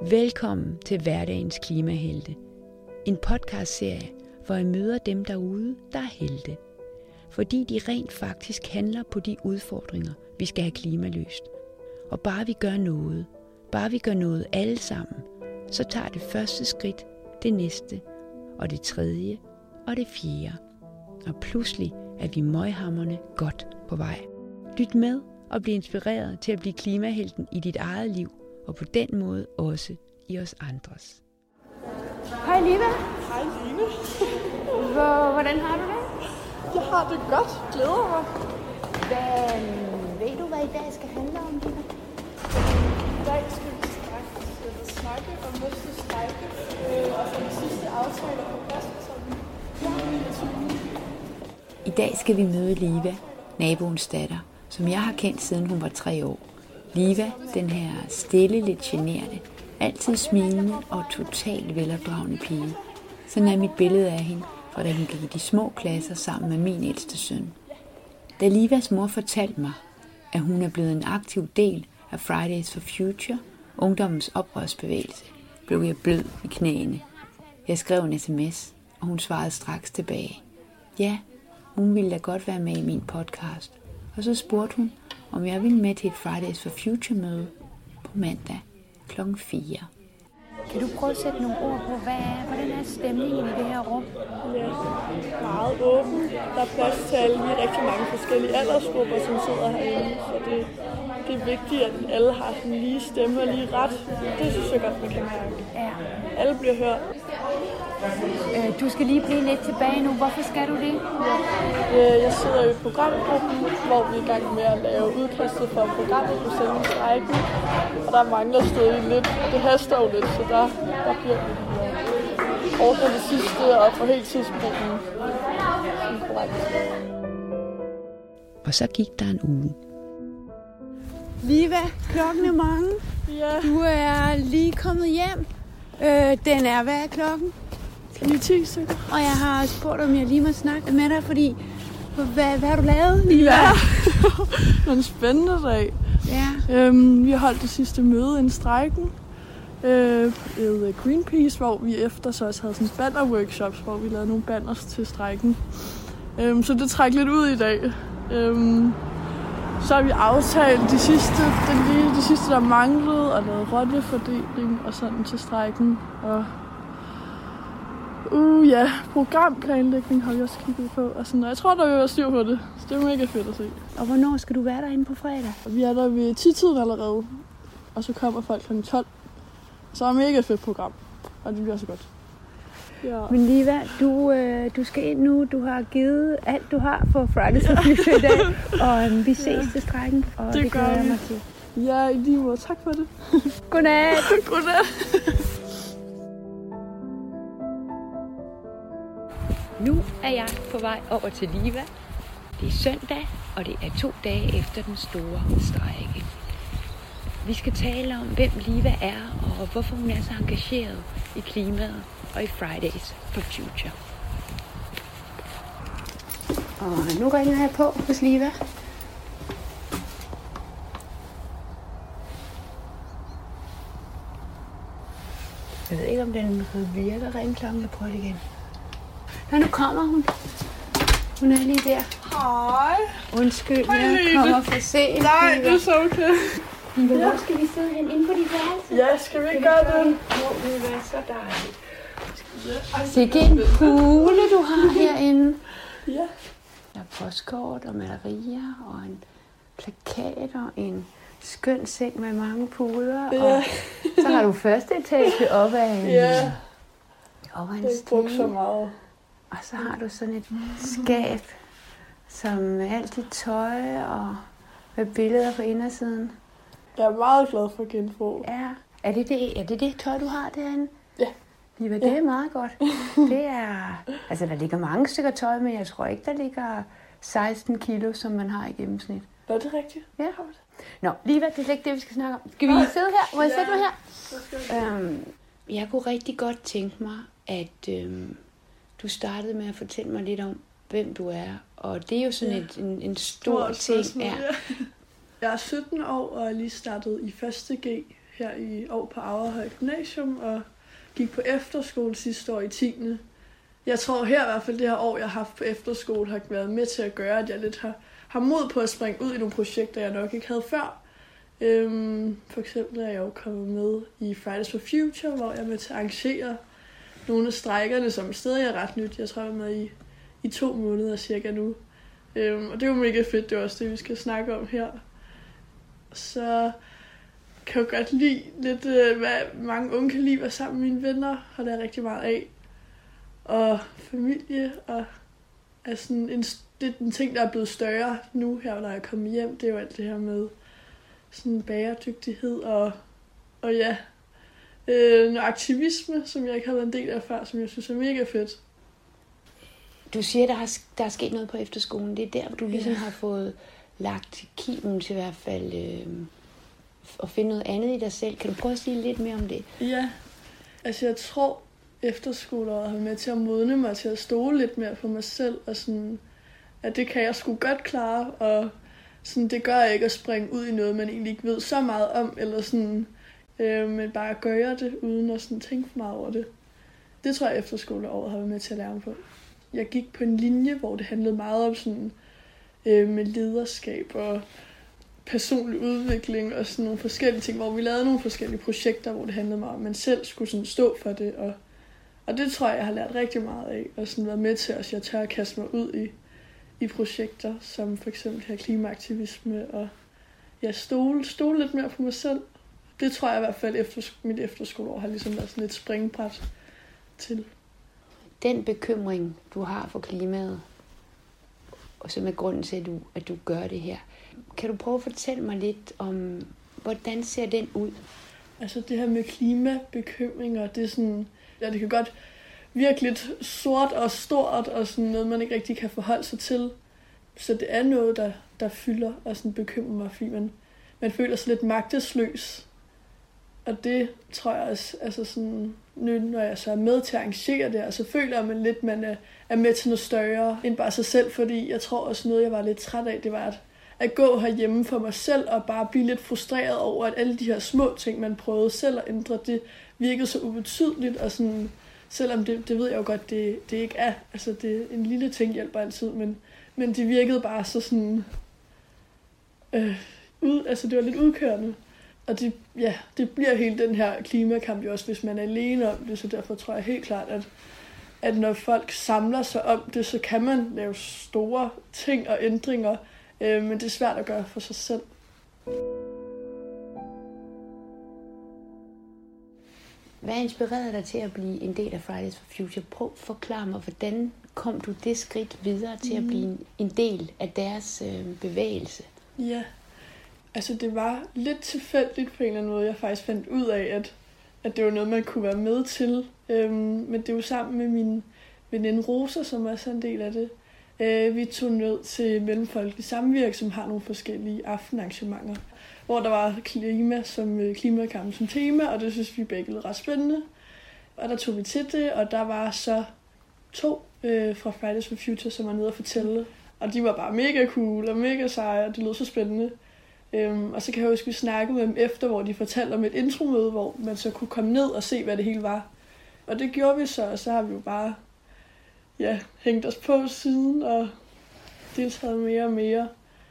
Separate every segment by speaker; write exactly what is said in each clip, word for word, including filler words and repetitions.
Speaker 1: Velkommen til Hverdagens Klimahelte. En podcastserie, hvor jeg møder dem derude, der er helte. Fordi de rent faktisk handler på de udfordringer, vi skal have klimaløst. Og bare vi gør noget, bare vi gør noget alle sammen, så tager det første skridt, det næste, og det tredje, og det fjerde. Og pludselig er vi møghamrende godt på vej. Lyt med og bliv inspireret til at blive klimahelten i dit eget liv, og på den måde også i os andres.
Speaker 2: Hej Liva.
Speaker 3: Hej Line.
Speaker 2: Hvor, hvordan har du det?
Speaker 3: Jeg har det godt. Glæder mig.
Speaker 2: Hvad, ved du, hvad i dag skal handle om, Liva?
Speaker 3: I dag skal vi snakke, snakke om næste strække øh, og få de sidste aftaler på plads.
Speaker 1: I dag skal vi møde Liva, naboens datter, som jeg har kendt siden hun var tre år. Liva, den her stille, lidt generte, altid smilende og totalt velopdragende pige. Sådan er mit billede af hende, fra da hun gik i de små klasser sammen med min ældste søn. Da Livas mor fortalte mig, at hun er blevet en aktiv del af Fridays for Future, ungdommens oprørsbevægelse, blev jeg blød i knæene. Jeg skrev en sms, og hun svarede straks tilbage. Ja, hun ville da godt være med i min podcast. Og så spurgte hun, om jeg ville med til et Fridays for Future møde på mandag klokken fire.
Speaker 2: Kan du prøve at sætte nogle ord på, hvad er, hvordan er stemningen i det her rum?
Speaker 3: Ja, meget åben. Der er plads til alle de rigtig mange forskellige aldersgrupper, som sidder herinde. Så det, det er vigtigt, at alle har sådan lige stemme og lige ret. Det synes jeg godt, man kan mærke.
Speaker 2: Ja.
Speaker 3: Alle bliver hørt.
Speaker 2: Øh, du skal lige blive lidt tilbage nu. Hvorfor skal du det?
Speaker 3: Ja. Jeg sidder i programgruppen, hvor vi er i gang med at lave udkastet for programmet på selve strækken. Og der mangler stadig lidt. Det haster jo lidt, så der, der bliver vi ordnet det sidste og for helt tidsgruppen.
Speaker 1: Og så gik der en uge.
Speaker 2: Liva, klokken er mange.
Speaker 3: Ja.
Speaker 2: Du er lige kommet hjem. Øh, den er, hvad er klokken?
Speaker 3: Lige ti stykker.
Speaker 2: Og jeg har spurgt, om jeg lige må snakke med dig, fordi hvad, hvad har du lavet, Liva?
Speaker 3: Ja, det var en spændende dag.
Speaker 2: Ja.
Speaker 3: Øhm, vi har holdt det sidste møde inden strejken øh, med Greenpeace, hvor vi efter så også havde sådan banner-workshops, hvor vi lavede nogle banners til strejken. Øhm, så det trækker lidt ud i dag. Øhm, så har vi aftalt de sidste, den lige, de sidste der manglede, og lavet rollefordeling og sådan til strejken. Og Uh, ja, programplanlægning har vi også kigget på. Og sådan, og jeg tror, der vil være styr på det. Så det er mega fedt at se.
Speaker 2: Og hvornår skal du være derinde på fredag?
Speaker 3: Og vi er der ved ti-tiden allerede. Og så kommer folk klokken tolv. Så er det et mega fedt program. Og det bliver så godt. Ja.
Speaker 2: Men Liva, du, øh, du skal ind nu. Du har givet alt, du har for Fridays for Future i dag. Og øh, vi ses ja. til strækken. Og
Speaker 3: det,
Speaker 2: det glæder jeg mig til.
Speaker 3: Ja, i lige måde. Tak for det.
Speaker 2: Godnat.
Speaker 3: Godnat.
Speaker 1: Nu er jeg på vej over til Liva. Det er søndag, og det er to dage efter den store strejke. Vi skal tale om, hvem Liva er, og hvorfor hun er så engageret i klimaet og i Fridays for Future.
Speaker 2: Og nu ringer jeg på hos Liva. Jeg ved ikke, om den virker ringklokken. Jeg prøver det igen. Nå, nu kommer hun. Hun er lige der.
Speaker 3: Hej.
Speaker 2: Undskyld,
Speaker 3: Hej,
Speaker 2: jeg
Speaker 3: Line.
Speaker 2: kommer for sent.
Speaker 3: Nej, det er så okay.
Speaker 2: Men hvor ja. skal vi sidde hen inde på dit værelse?
Speaker 3: Ja, skal vi ikke gøre det?
Speaker 2: Jo, det vil være så dejligt. Sikke en pule, du har herinde.
Speaker 3: Ja.
Speaker 2: Der er postkort og malerier og en plakat og en skøn seng med mange puder.
Speaker 3: Ja.
Speaker 2: Og så har du første etage op ad en,
Speaker 3: Ja.
Speaker 2: op ad en
Speaker 3: Jeg har brugt så
Speaker 2: stige.
Speaker 3: meget.
Speaker 2: Og så har du sådan et skab, som med alt dit tøj og med billeder på indersiden.
Speaker 3: Jeg er meget glad for genbrug.
Speaker 2: Ja. Er det det, er det det tøj, du har derinde?
Speaker 3: Ja.
Speaker 2: Liva, det er meget godt. Det er, altså der ligger mange stykker tøj, men jeg tror ikke, der ligger seksten kilo, som man har i gennemsnit.
Speaker 3: Er det rigtigt?
Speaker 2: Ja. Nå, Liva, det er slet ikke det, vi skal snakke om. Skal vi sidde her? Må jeg sætte mig her? Øhm, jeg kunne rigtig godt tænke mig, at øhm, du startede med at fortælle mig lidt om, hvem du er. Og det er jo sådan ja. et, en, en stor ting. Ja.
Speaker 3: Jeg er sytten år og er lige startet i første G her i år på Aurehøj Gymnasium og gik på efterskole sidste år i tiende Jeg tror her i hvert fald det her år, jeg har haft på efterskole, har været med til at gøre, at jeg lidt har, har mod på at springe ud i nogle projekter, jeg nok ikke havde før. Øhm, for eksempel er jeg jo kommet med i Fridays for Future, hvor jeg er med til at arrangere nogle af strejkerne, som stadig er ret nyt. Jeg tror, jeg er med i, i to måneder cirka nu. Øhm, og det er jo mega fedt, det er også det, vi skal snakke om her. Så kan jeg godt lide lidt, øh, hvad mange unge kan lide at være sammen med mine venner, har det rigtig meget af. Og familie, og er sådan en, det er en ting, der er blevet større nu her, når jeg er kommet hjem. Det er jo alt det her med sådan bæredygtighed og, og ja, øh, noget aktivisme, som jeg ikke har været en del af før, som jeg synes er mega fedt.
Speaker 2: Du siger, der har, der er sket noget på efterskolen. Det er der, hvor du ligesom ja. har fået lagt kimen til i hvert fald øh, at finde noget andet i dig selv. Kan du prøve at sige lidt mere om det?
Speaker 3: Ja, altså jeg tror, efterskoleåret har været med til at modne mig til at stole lidt mere på mig selv, og sådan, at det kan jeg sgu godt klare, og sådan, det gør jeg ikke at springe ud i noget, man egentlig ikke ved så meget om, eller sådan, øh, men bare at gøre det, uden at sådan, tænke for meget over det. Det tror jeg, efterskoleåret har været med til at lære mig på. Jeg gik på en linje, hvor det handlede meget om sådan, øh, med lederskab og personlig udvikling og sådan nogle forskellige ting, hvor vi lavede nogle forskellige projekter, hvor det handlede meget om, at man selv skulle sådan stå for det, og, og det tror jeg, jeg har lært rigtig meget af, og sådan været med til, at jeg tør at kaste mig ud i, i projekter, som for eksempel her klimaaktivisme, og ja, stole, stole lidt mere på mig selv. Det tror jeg i hvert fald, efter mit efterskoleår har ligesom været sådan et springbræt til.
Speaker 2: Den bekymring, du har for klimaet, og som er grunden til, at du, at du gør det her, kan du prøve at fortælle mig lidt om, hvordan ser den ud?
Speaker 3: Altså det her med klimabekymringer, det er sådan, ja, det kan godt virke lidt sort og stort, og sådan noget, man ikke rigtig kan forholde sig til. Så det er noget, der, der fylder og sådan bekymrer mig, fordi man, man føler sig lidt magtesløs. Og det tror jeg også, altså sådan, nu når jeg så er med til at arrangere det, og så føler jeg, man lidt, man er, er med til noget større end bare sig selv, fordi jeg tror også noget, jeg var lidt træt af, det var at, at gå herhjemme for mig selv, og bare blive lidt frustreret over, at alle de her små ting, man prøvede selv at ændre, det virkede så ubetydeligt, og sådan, selvom det, det ved jeg jo godt, det, det ikke er, altså det, en lille ting hjælper altid, men, men det virkede bare så sådan, øh, ud, altså det var lidt udkørende. Og det, ja, det bliver hele den her klimakamp jo også, hvis man er alene om det, så derfor tror jeg helt klart, at, at når folk samler sig om det, så kan man lave store ting og ændringer, øh, men det er svært at gøre for sig selv.
Speaker 2: Hvad inspirerede dig til at blive en del af Fridays for Future? Prøv at forklare mig, hvordan kom du det skridt videre til at blive en del af deres øh, bevægelse?
Speaker 3: Ja, altså det var lidt tilfældigt på en eller anden måde. Jeg faktisk fandt ud af, at, at det var noget, man kunne være med til. Øhm, men det var sammen med min veninde Rosa, som også er en del af det. Øh, vi tog ned til Mellemfolkelig Samvirke, som har nogle forskellige aftenarrangementer, hvor der var klima som klimakamp som tema, og det synes vi begge lød ret spændende. Og der tog vi til det, og der var så to øh, fra Fridays for Future, som var nede og fortælle. Og de var bare mega cool og mega seje, og det lød så spændende. Øhm, og så kan jeg huske, at vi snakkede med dem efter, hvor de fortalte om et intromøde, hvor man så kunne komme ned og se, hvad det hele var. Og det gjorde vi så, og så har vi jo bare ja, hængt os på siden og deltaget mere og mere.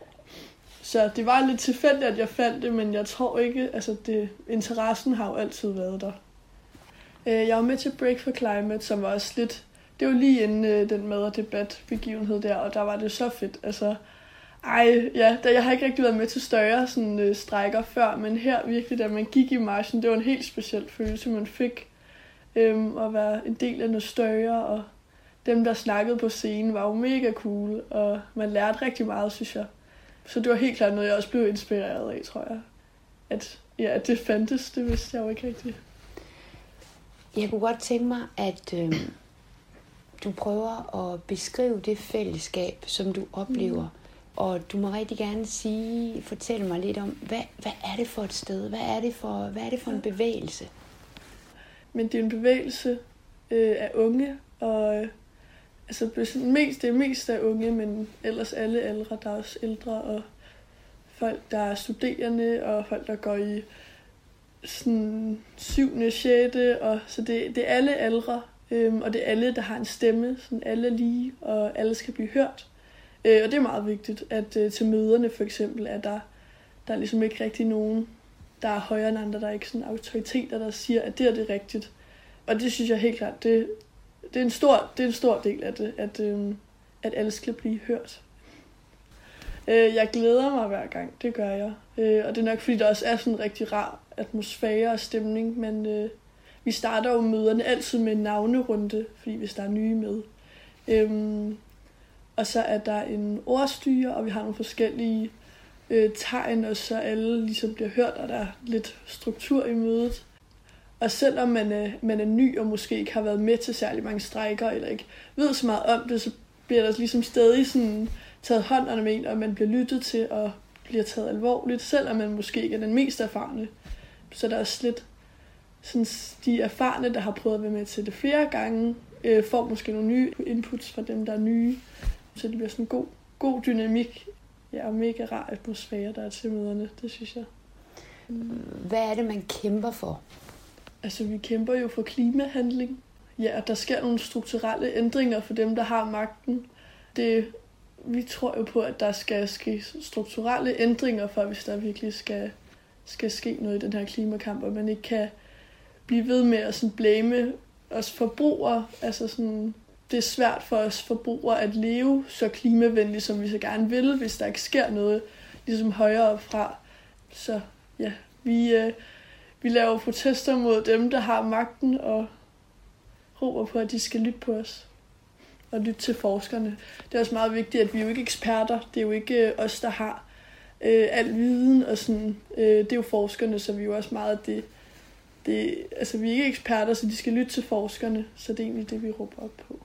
Speaker 3: Så det var lidt tilfældigt, at jeg fandt det, men jeg tror ikke, altså det, interessen har jo altid været der. Jeg var med til Break for Climate, som var også lidt, det var lige inden den mad- og debatbegivenhed der, og der var det så fedt. Altså, ej, ja, da jeg har ikke rigtig været med til større sådan, øh, strejker før, men her virkelig, da man gik i marchen, det var en helt speciel følelse, man fik øhm, at være en del af noget større, og dem, der snakkede på scenen, var jo mega cool, og man lærte rigtig meget, synes jeg. Så det var helt klart noget, jeg også blev inspireret af, tror jeg. At, ja, at det fandtes, det vidste jeg jo ikke rigtigt.
Speaker 2: Jeg kunne godt tænke mig, at øh, du prøver at beskrive det fællesskab, som du oplever. Mm. Og du må rigtig gerne sige, fortælle mig lidt om, hvad, hvad er det for et sted? Hvad er det for, hvad er det for en bevægelse?
Speaker 3: Men det er en bevægelse øh, af unge, og altså mest, det er mest af unge, men ellers alle aldre. Der er også ældre, og folk, der er studerende, og folk, der går i sådan syvende, sjette, og så det, det er alle aldre, øhm, og det er alle, der har en stemme, sådan alle er lige, og alle skal blive hørt. Øh, og det er meget vigtigt, at øh, til møderne for eksempel, at der, der er ligesom ikke rigtig nogen, der er højere end andre, der er ikke sådan autoriteter, der siger, at det er det rigtigt. Og det synes jeg helt klart, det, det, er, en stor, det er en stor del af det, at, øhm, at alle skal blive hørt. Øh, jeg glæder mig hver gang, det gør jeg. Øh, og det er nok, fordi der også er sådan en rigtig rar atmosfære og stemning, men øh, vi starter jo møderne altid med en navnerunde, fordi hvis der er nye med. Øhm, og så er der en ordstyre, og vi har nogle forskellige øh, tegn, og så alle ligesom bliver hørt, og der er lidt struktur i mødet. Og selvom man er, man er ny og måske ikke har været med til særlig mange strejker, eller ikke ved så meget om det, så bliver der ligesom stadig sådan taget hånd med en, og man bliver lyttet til og bliver taget alvorligt, selvom man måske ikke er den mest erfarne. Så der er også lidt sådan, de erfarne, der har prøvet at være med til det flere gange, øh, får måske nogle nye inputs fra dem, der er nye. Så det bliver sådan en god, god dynamik. Ja, og mega rar atmosfære, der er til møderne, det synes jeg.
Speaker 2: Hvad er det, man kæmper for?
Speaker 3: Altså, vi kæmper jo for klimahandling. Ja, og der sker nogle strukturelle ændringer for dem, der har magten. Det, vi tror jo på, at der skal ske strukturelle ændringer for, hvis der virkelig skal, skal ske noget i den her klimakamp, og man ikke kan blive ved med at sådan blame os forbrugere. Altså sådan, det er svært for os forbrugere at leve så klimavenligt, som vi så gerne vil, hvis der ikke sker noget ligesom højere op fra. Så ja, vi, øh, vi laver protester mod dem, der har magten, og råber på, at de skal lytte på os og lytte til forskerne. Det er også meget vigtigt, at vi er jo ikke eksperter. Det er jo ikke os, der har øh, al viden, og sådan, øh, det er jo forskerne, så vi er jo også meget det, det, altså vi er ikke eksperter, så de skal lytte til forskerne, så det er egentlig det, vi råber op på.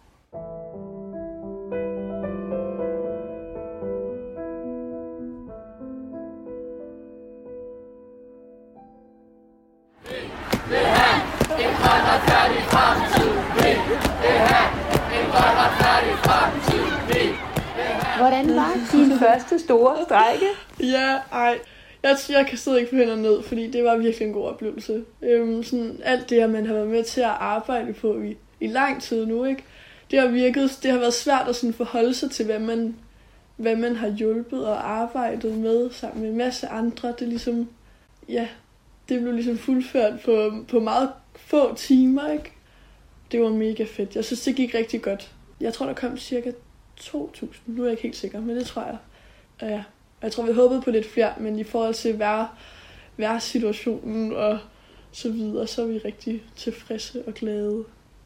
Speaker 2: Hvordan var din første store strejke?
Speaker 3: Ja, ej. Jeg, jeg kan stadig ikke få hænder ned, fordi det var virkelig en god oplevelse. Øhm, sådan alt det, at man har været med til at arbejde på i, i lang tid nu, ikke? Det har virket, det har været svært at sådan forholde sig til, hvad man, hvad man har hjulpet og arbejdet med sammen med en masse andre. Det er ligesom, ja, det blev ligesom fuldført på, på meget få timer, ikke? Det var mega fedt. Jeg synes, det gik rigtig godt. Jeg tror, der kom cirka to tusind. Nu er jeg ikke helt sikker, men det tror jeg. Og ja, jeg tror, vi håbede på lidt flere, men i forhold til vær, værsituationen og så videre, så er vi rigtig tilfredse og glade.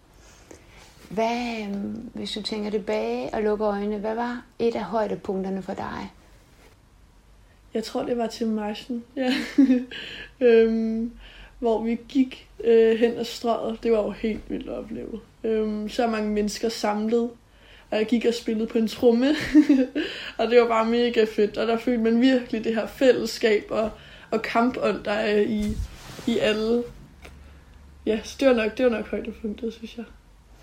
Speaker 2: Hvad, hvis du tænker tilbage og lukker øjnene, hvad var et af højdepunkterne for dig?
Speaker 3: Jeg tror, det var til marchen, ja. øhm, hvor vi gik øh, hen ad strøget. Det var jo helt vildt at opleve. Øhm, så mange mennesker samlet, og jeg gik og spillede på en tromme, og det var bare mega fedt. Og der følte man virkelig det her fællesskab og, og kampånd, der er i, i alle. Ja, så det var nok, det var nok højdepunktet, synes jeg.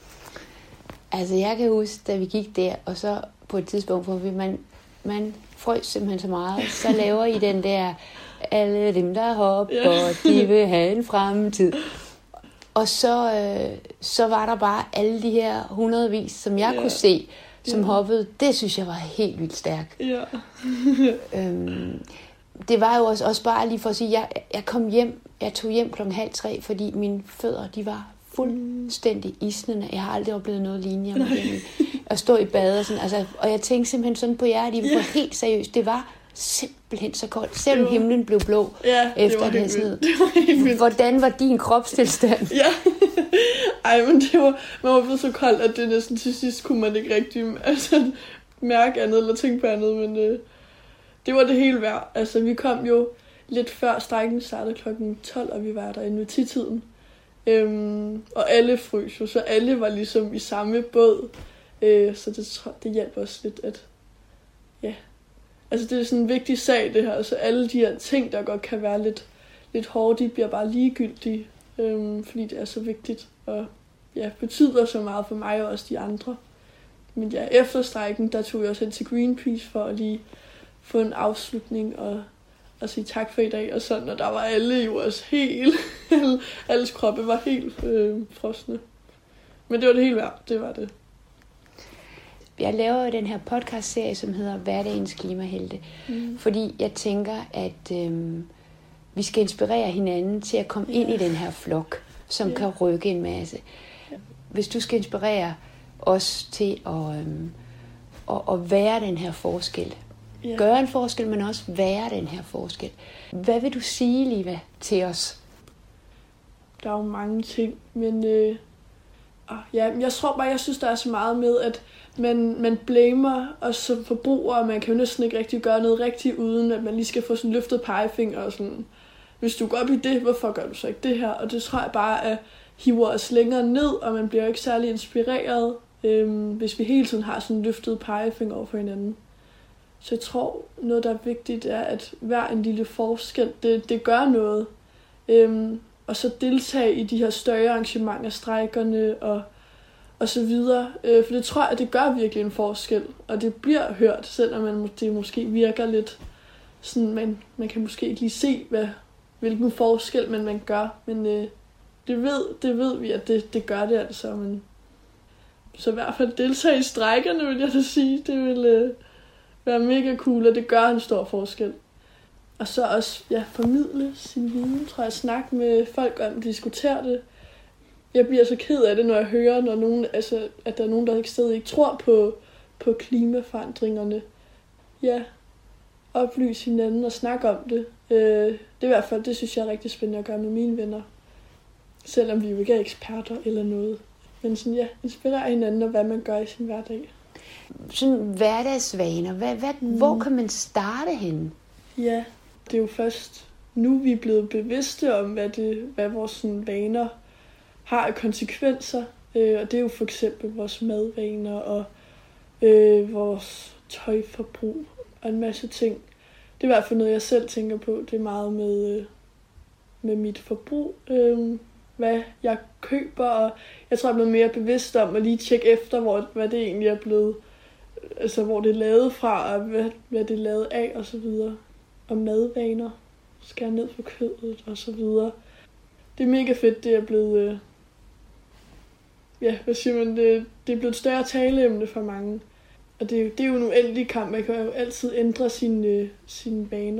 Speaker 2: Altså, jeg kan huske, da vi gik der, og så på et tidspunkt, hvor vi, man, man frøs simpelthen så meget, så laver I den der, alle dem, der hopper, yeah. de vil have en fremtid. Og så, øh, så var der bare alle de her hundredvis, som jeg yeah. kunne se, som yeah. hoppede. Det synes jeg var helt vildt stærkt. Yeah. øhm, det var jo også, også bare lige for at sige, jeg, jeg kom hjem, jeg tog hjem klokken halv tre, fordi mine fødder, de var fuldstændig isnende. Jeg har aldrig oplevet noget lignende at stå i bad og sådan. Altså, og jeg tænkte simpelthen sådan på jer, de var yeah. helt seriøst. Det var simpelthen så koldt, selvom var... himlen blev blå
Speaker 3: ja,
Speaker 2: efter det,
Speaker 3: det
Speaker 2: her tid. Hvordan var din kropstilstand?
Speaker 3: Ja, ej, men det var, man var blevet så koldt, at det næsten til sidst kunne man ikke rigtig altså, mærke andet eller tænke på andet, men øh, det var det hele værd. Altså, vi kom jo lidt før strejken startede klokken tolv, og vi var der inde ved ti-tiden. Øhm, og alle frøs jo, så alle var ligesom i samme båd. Øh, så det, det hjalp os lidt, at ja, altså det er sådan en vigtig sag det her, så alle de her ting, der godt kan være lidt, lidt hårde, de bliver bare ligegyldige, øhm, fordi det er så vigtigt, og ja, betyder så meget for mig og også de andre. Men ja, efter strejken, der tog jeg også hen til Greenpeace for at lige få en afslutning og, at sige tak for i dag, og sådan, og der var alle jo også helt, alles kroppe var helt øh, frosne. Men det var det hele værd, det var det.
Speaker 2: Jeg laver jo den her podcast-serie, som hedder Hverdagens Klimahelte, mm. fordi jeg tænker, at øhm, vi skal inspirere hinanden til at komme yeah. ind i den her flok, som yeah. kan rykke en masse. Yeah. Hvis du skal inspirere os til at, øhm, at, at være den her forskel, yeah. gøre en forskel, men også være den her forskel. Hvad vil du sige, Liva, til os?
Speaker 3: Der er jo mange ting, men øh, ja, jeg tror bare, jeg synes, der er så meget med, at man, man blamer os som forbrugere, og man kan jo næsten ikke rigtig gøre noget rigtigt, uden at man lige skal få sådan løftet pegefinger og sådan, hvis du går op i det, hvorfor gør du så ikke det her? Og det tror jeg bare, at hiver os længere ned, og man bliver jo ikke særlig inspireret, øhm, hvis vi hele tiden har sådan løftet pegefinger over for hinanden. Så jeg tror, noget der er vigtigt, er, at hver en lille forskel, det, det gør noget. Øhm, og så deltage i de her større arrangementer, strejkerne og og så videre, øh, for det tror jeg, at det gør virkelig en forskel, og det bliver hørt, selvom man, det måske virker lidt sådan, man, man kan måske ikke lige se, hvad, hvilken forskel man, man gør, men øh, det, ved, det ved vi, at det, det gør det altså, men så i hvert fald deltage i strejkerne, vil jeg da sige, det vil øh, være mega cool, og det gør en stor forskel. Og så også, ja, formidle sin viden, tror jeg, snakke med folk om, diskutere det. Jeg bliver så ked af det, når jeg hører, når nogen, altså, at der er nogen, der ikke stadig ikke tror på, på klimaforandringerne. Ja, oplyse hinanden og snakke om det. Øh, det er i hvert fald, det synes jeg er rigtig spændende at gøre med mine venner. Selvom vi jo ikke er eksperter eller noget. Men sådan, ja, inspirere hinanden og hvad man gør i sin hverdag.
Speaker 2: Sådan hverdagsvaner, hvad, hvad, mm. hvor kan man starte henne?
Speaker 3: Ja, det er jo først nu, vi er blevet bevidste om, hvad, det, hvad vores sådan, vaner har af konsekvenser, øh, og det er jo for eksempel vores madvaner og øh, vores tøjforbrug og en masse ting. Det er i hvert fald noget, jeg selv tænker på. Det er meget med, øh, med mit forbrug, øh, hvad jeg køber, og jeg tror, jeg er blevet mere bevidst om at lige tjekke efter, hvor, hvad det egentlig er blevet, altså hvor det er lavet fra, og hvad, hvad det er lavet af, og så videre. Og madvaner, skære ned på kødet, og så videre. Det er mega fedt, det er blevet... Øh, ja, hvad siger man? Det, det er blevet et større taleemne for mange. Og det, det er jo en uendelig kamp. Man kan jo altid ændre sine, sine vaner.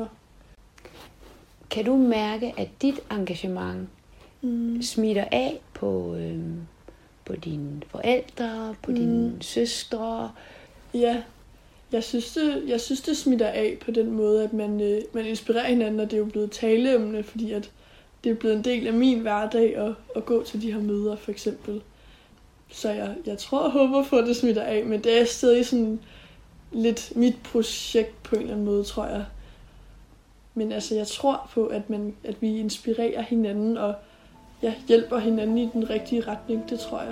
Speaker 2: Kan du mærke, at dit engagement mm. smitter af på, øh, på dine forældre, på mm. dine søstre?
Speaker 3: Ja, jeg synes, det, jeg synes, det smitter af på den måde, at man, øh, man inspirerer hinanden, og det er jo blevet taleemne, fordi at det er blevet en del af min hverdag at, at gå til de her møder, for eksempel. Så jeg, jeg tror og håber på, at det smitter af, men det er stadig sådan lidt mit projekt på en eller anden måde, tror jeg. Men altså, jeg tror på, at, man, at vi inspirerer hinanden og ja, hjælper hinanden i den rigtige retning, det tror jeg.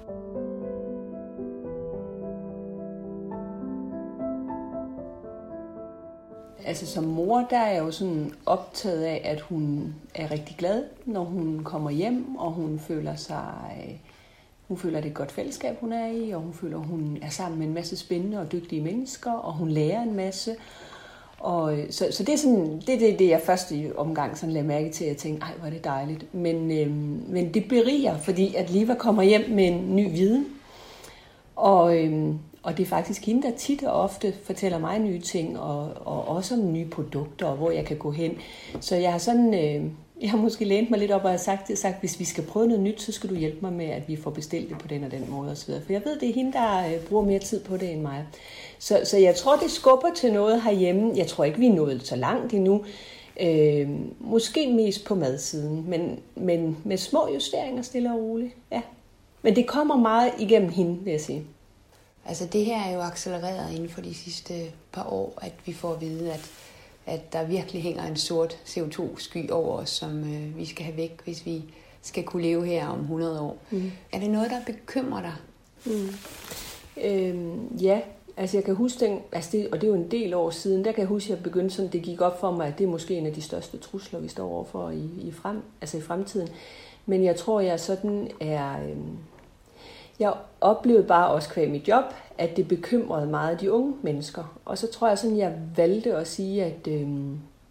Speaker 4: Altså som mor, der er jeg jo sådan optaget af, at hun er rigtig glad, når hun kommer hjem, og hun føler sig... Hun føler, det er et godt fællesskab, hun er i, og hun føler, at hun er sammen med en masse spændende og dygtige mennesker, og hun lærer en masse. Og, så, så det er sådan, det, det, det jeg først i omgang sådan lagde mærke til, at jeg tænkte, ej, hvor er det dejligt. Men, øhm, men det beriger, fordi at Liva kommer hjem med en ny viden. Og, øhm, og det er faktisk hende, der tit og ofte fortæller mig nye ting, og, og også om nye produkter, og hvor jeg kan gå hen. Så jeg har sådan... Øh, Jeg har måske lænt mig lidt op og har sagt, sagt, hvis vi skal prøve noget nyt, så skal du hjælpe mig med, at vi får bestilt det på den og den måde osv. For jeg ved, det er hende, der øh, bruger mere tid på det end mig. Så, så jeg tror, det skubber til noget herhjemme. Jeg tror ikke, vi er nået så langt endnu. Øh, måske mest på madsiden, men, men med små justeringer stille og roligt. Ja. Men det kommer meget igennem hende, vil jeg sige.
Speaker 2: Altså det her er jo accelereret inden for de sidste par år, at vi får at vide, at at der virkelig hænger en sort C O to sky over os, som øh, vi skal have væk, hvis vi skal kunne leve her om hundrede år. Mm. Er det noget, der bekymrer dig?
Speaker 4: Mm. Øhm, ja, altså jeg kan huske, den, altså det, og det er jo en del år siden, der kan jeg huske, at jeg begyndte sådan, det gik op for mig, at det er måske en af de største trusler, vi står overfor i, i, frem, altså i fremtiden. Men jeg tror, jeg sådan er... Øhm, jeg oplevede bare også kvæg mit job, at det bekymrede meget de unge mennesker. Og så tror jeg sådan, jeg valgte at sige, at øhm,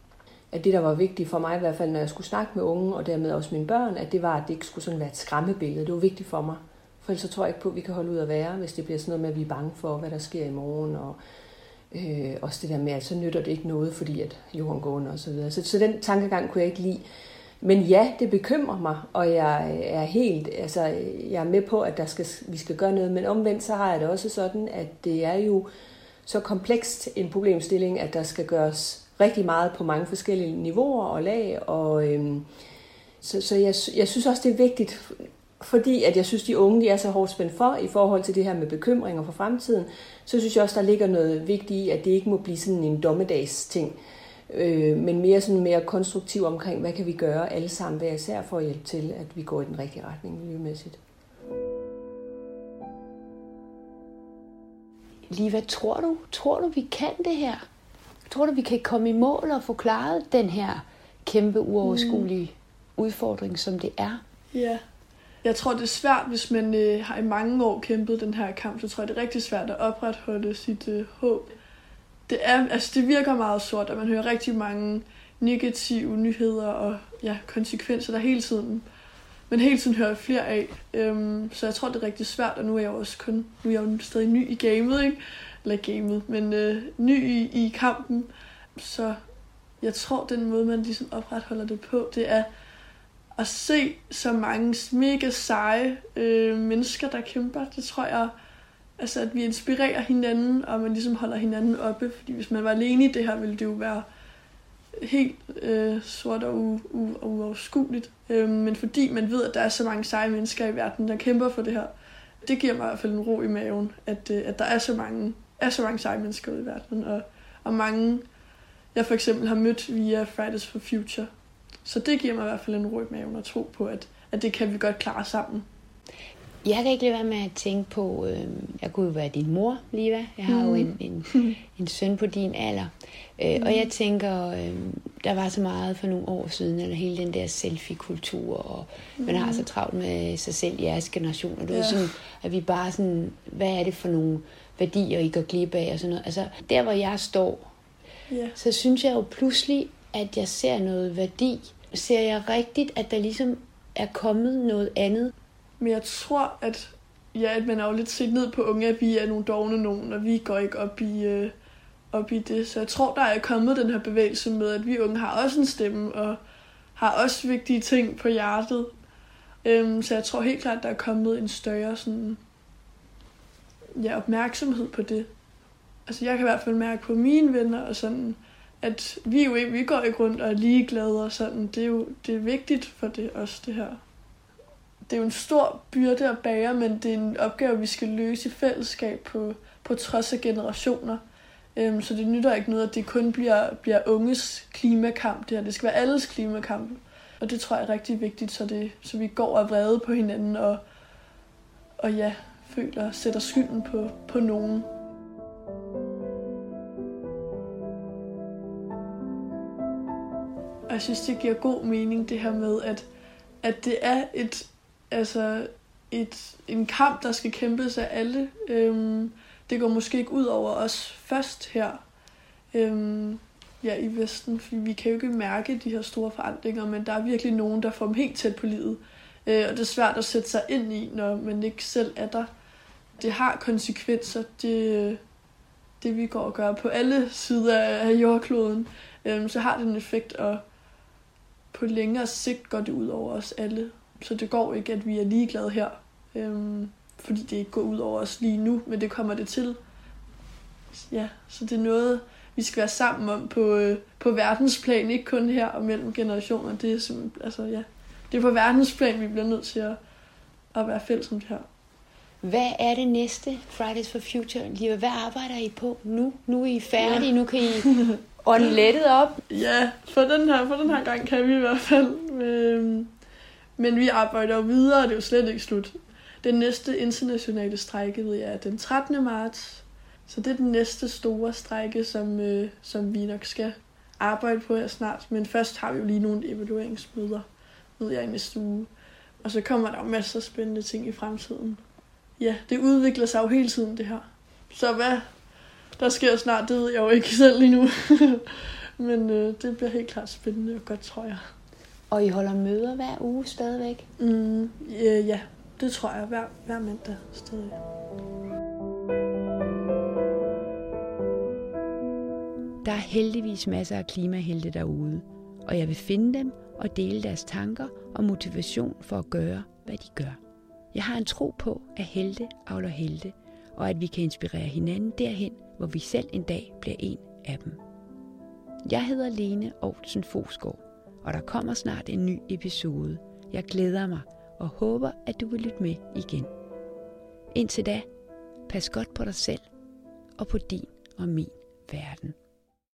Speaker 4: at det, der var vigtigt for mig, i hvert fald når jeg skulle snakke med unge, og dermed også mine børn, at det var, at det ikke skulle sådan være et skræmmebillede. Det var vigtigt for mig. For ellers så tror jeg ikke på, at vi kan holde ud at være, hvis det bliver sådan noget med, at vi er bange for, hvad der sker i morgen, og øh, også det der med, at så nytter det ikke noget, fordi at jorden går under og så videre. Så, så den tankegang kunne jeg ikke lide. Men ja, det bekymrer mig, og jeg er helt, altså jeg er med på, at der skal, vi skal gøre noget, men omvendt så har jeg det også sådan, at det er jo så komplekst en problemstilling, at der skal gøres rigtig meget på mange forskellige niveauer og lag, og øhm, så, så jeg, jeg synes også, det er vigtigt, fordi at jeg synes, de unge de er så hårdt spændt for i forhold til det her med bekymringer for fremtiden, så synes jeg også, der ligger noget vigtigt i, at det ikke må blive sådan en dommedags ting, øh, men mere sådan mere konstruktiv omkring, hvad kan vi gøre alle sammen hver især for at hjælpe til, at vi går i den rigtige retning miljømæssigt.
Speaker 2: Liva, tror du, tror du, vi kan det her? Tror du, vi kan komme i mål og få klaret den her kæmpe uoverskuelige mm. udfordring, som det er?
Speaker 3: Ja, jeg tror, det er svært, hvis man øh, har i mange år kæmpet den her kamp, så tror jeg, det er rigtig svært at opretholde sit øh, håb. Det, er, altså, det virker meget sort, at man hører rigtig mange negative nyheder og ja, konsekvenser, der hele tiden, men hele tiden hører flere af. Øhm, så jeg tror, det er rigtig svært, og nu er jeg også kun, nu er jeg jo stadig ny i gamet, ikke? Eller gamet, men øh, ny i, i kampen. Så jeg tror, den måde, man ligesom opretholder det på, det er at se så mange mega seje øh, mennesker, der kæmper. Det tror jeg, altså at vi inspirerer hinanden, og man ligesom holder hinanden oppe. Fordi hvis man var alene i det her, ville det jo være helt øh, sort og u- u- uoverskueligt. Øh, men fordi man ved, at der er så mange seje mennesker i verden, der kæmper for det her, det giver mig i hvert fald en ro i maven, at, øh, at der er så mange, er så mange seje mennesker ude i verden. Og, og mange, jeg for eksempel har mødt via Fridays for Future. Så det giver mig i hvert fald en ro i maven og tro på, at, at det kan vi godt klare sammen.
Speaker 2: Jeg kan ikke lade være med at tænke på, øh, jeg kunne jo være din mor, Liva. Jeg har mm. jo en, en, en søn på din alder. Øh, mm. Og jeg tænker, øh, der var så meget for nogle år siden, eller hele den der selfie-kultur, og mm. man har så travlt med sig selv i jeres generation. Og du ja. ved sådan, at vi bare sådan, hvad er det for nogle værdier, I går glip af, og sådan noget. Altså, der hvor jeg står, yeah. så synes jeg jo pludselig, at jeg ser noget værdi. Ser jeg rigtigt, at der ligesom er kommet noget andet?
Speaker 3: Men jeg tror, at, ja, at man er jo lidt set ned på unge, at vi er nogle dovne nogen, og vi går ikke op i, øh, op i det. Så jeg tror, der er kommet den her bevægelse med, at vi unge har også en stemme, og har også vigtige ting på hjertet. Øhm, så jeg tror helt klart, at der er kommet en større sådan, ja, opmærksomhed på det. Altså jeg kan i hvert fald mærke på mine venner, og sådan, at vi jo ikke, vi går ikke rundt og er ligeglade og sådan. Det er jo det er vigtigt for det også, det her. Det er jo en stor byrde at bære, men det er en opgave, vi skal løse i fællesskab på, på trods af generationer. Øhm, så det nytter ikke noget, at det kun bliver, bliver unges klimakamp. Det her. Det skal være alles klimakamp. Og det tror jeg er rigtig vigtigt, så, det, så vi går og er vrede på hinanden og, og ja, føler sætter skylden på, på nogen. Og jeg synes, det giver god mening, det her med, at, at det er et, altså et, en kamp, der skal kæmpes af alle. Øhm, det går måske ikke ud over os først her øhm, ja, i Vesten, fordi vi kan jo ikke mærke de her store forandringer, men der er virkelig nogen, der får dem helt tæt på livet. Øh, og det er svært at sætte sig ind i, når man ikke selv er der. Det har konsekvenser, det, det vi går og gør på alle sider af jordkloden. Øhm, så har det en effekt, og på længere sigt går det ud over os alle. Så det går ikke, at vi er ligeglade her, øhm, fordi det ikke går ud over os lige nu, men det kommer det til. Ja, så det er noget, vi skal være sammen om på, øh, på verdensplan, ikke kun her og mellem generationer. Det er simpelthen, altså ja, det er på verdensplan, vi bliver nødt til at, at være fælles om det her.
Speaker 2: Hvad er det næste Fridays for Future? Liva, hvad arbejder I på nu? Nu er I færdige, ja. Nu kan I ånde lettet op.
Speaker 3: Ja, for den, her, for den her gang kan vi i hvert fald. Øhm, men vi arbejder jo videre, og det er jo slet ikke slut. Den næste internationale strejke, ved jeg, er den trettende marts. Så det er den næste store strejke, som, øh, som vi nok skal arbejde på her snart. Men først har vi jo lige nogle evalueringsmøder, ved jeg, i næste uge. Og så kommer der jo masser af spændende ting i fremtiden. Ja, det udvikler sig jo hele tiden, det her. Så hvad der sker snart, det ved jeg jo ikke selv lige nu. Men øh, det bliver helt klart spændende og godt, tror jeg.
Speaker 2: Og I holder møder hver uge stadigvæk?
Speaker 3: Mm, øh, ja, det tror jeg hver, hver mandag stadig.
Speaker 1: Der er heldigvis masser af klimahelte derude, og jeg vil finde dem og dele deres tanker og motivation for at gøre, hvad de gør. Jeg har en tro på, at helte avler helte, og at vi kan inspirere hinanden derhen, hvor vi selv en dag bliver en af dem. Jeg hedder Lene Augtsen Fosgaard, og der kommer snart en ny episode. Jeg glæder mig og håber, at du vil lytte med igen. Indtil da, pas godt på dig selv og på din og min verden.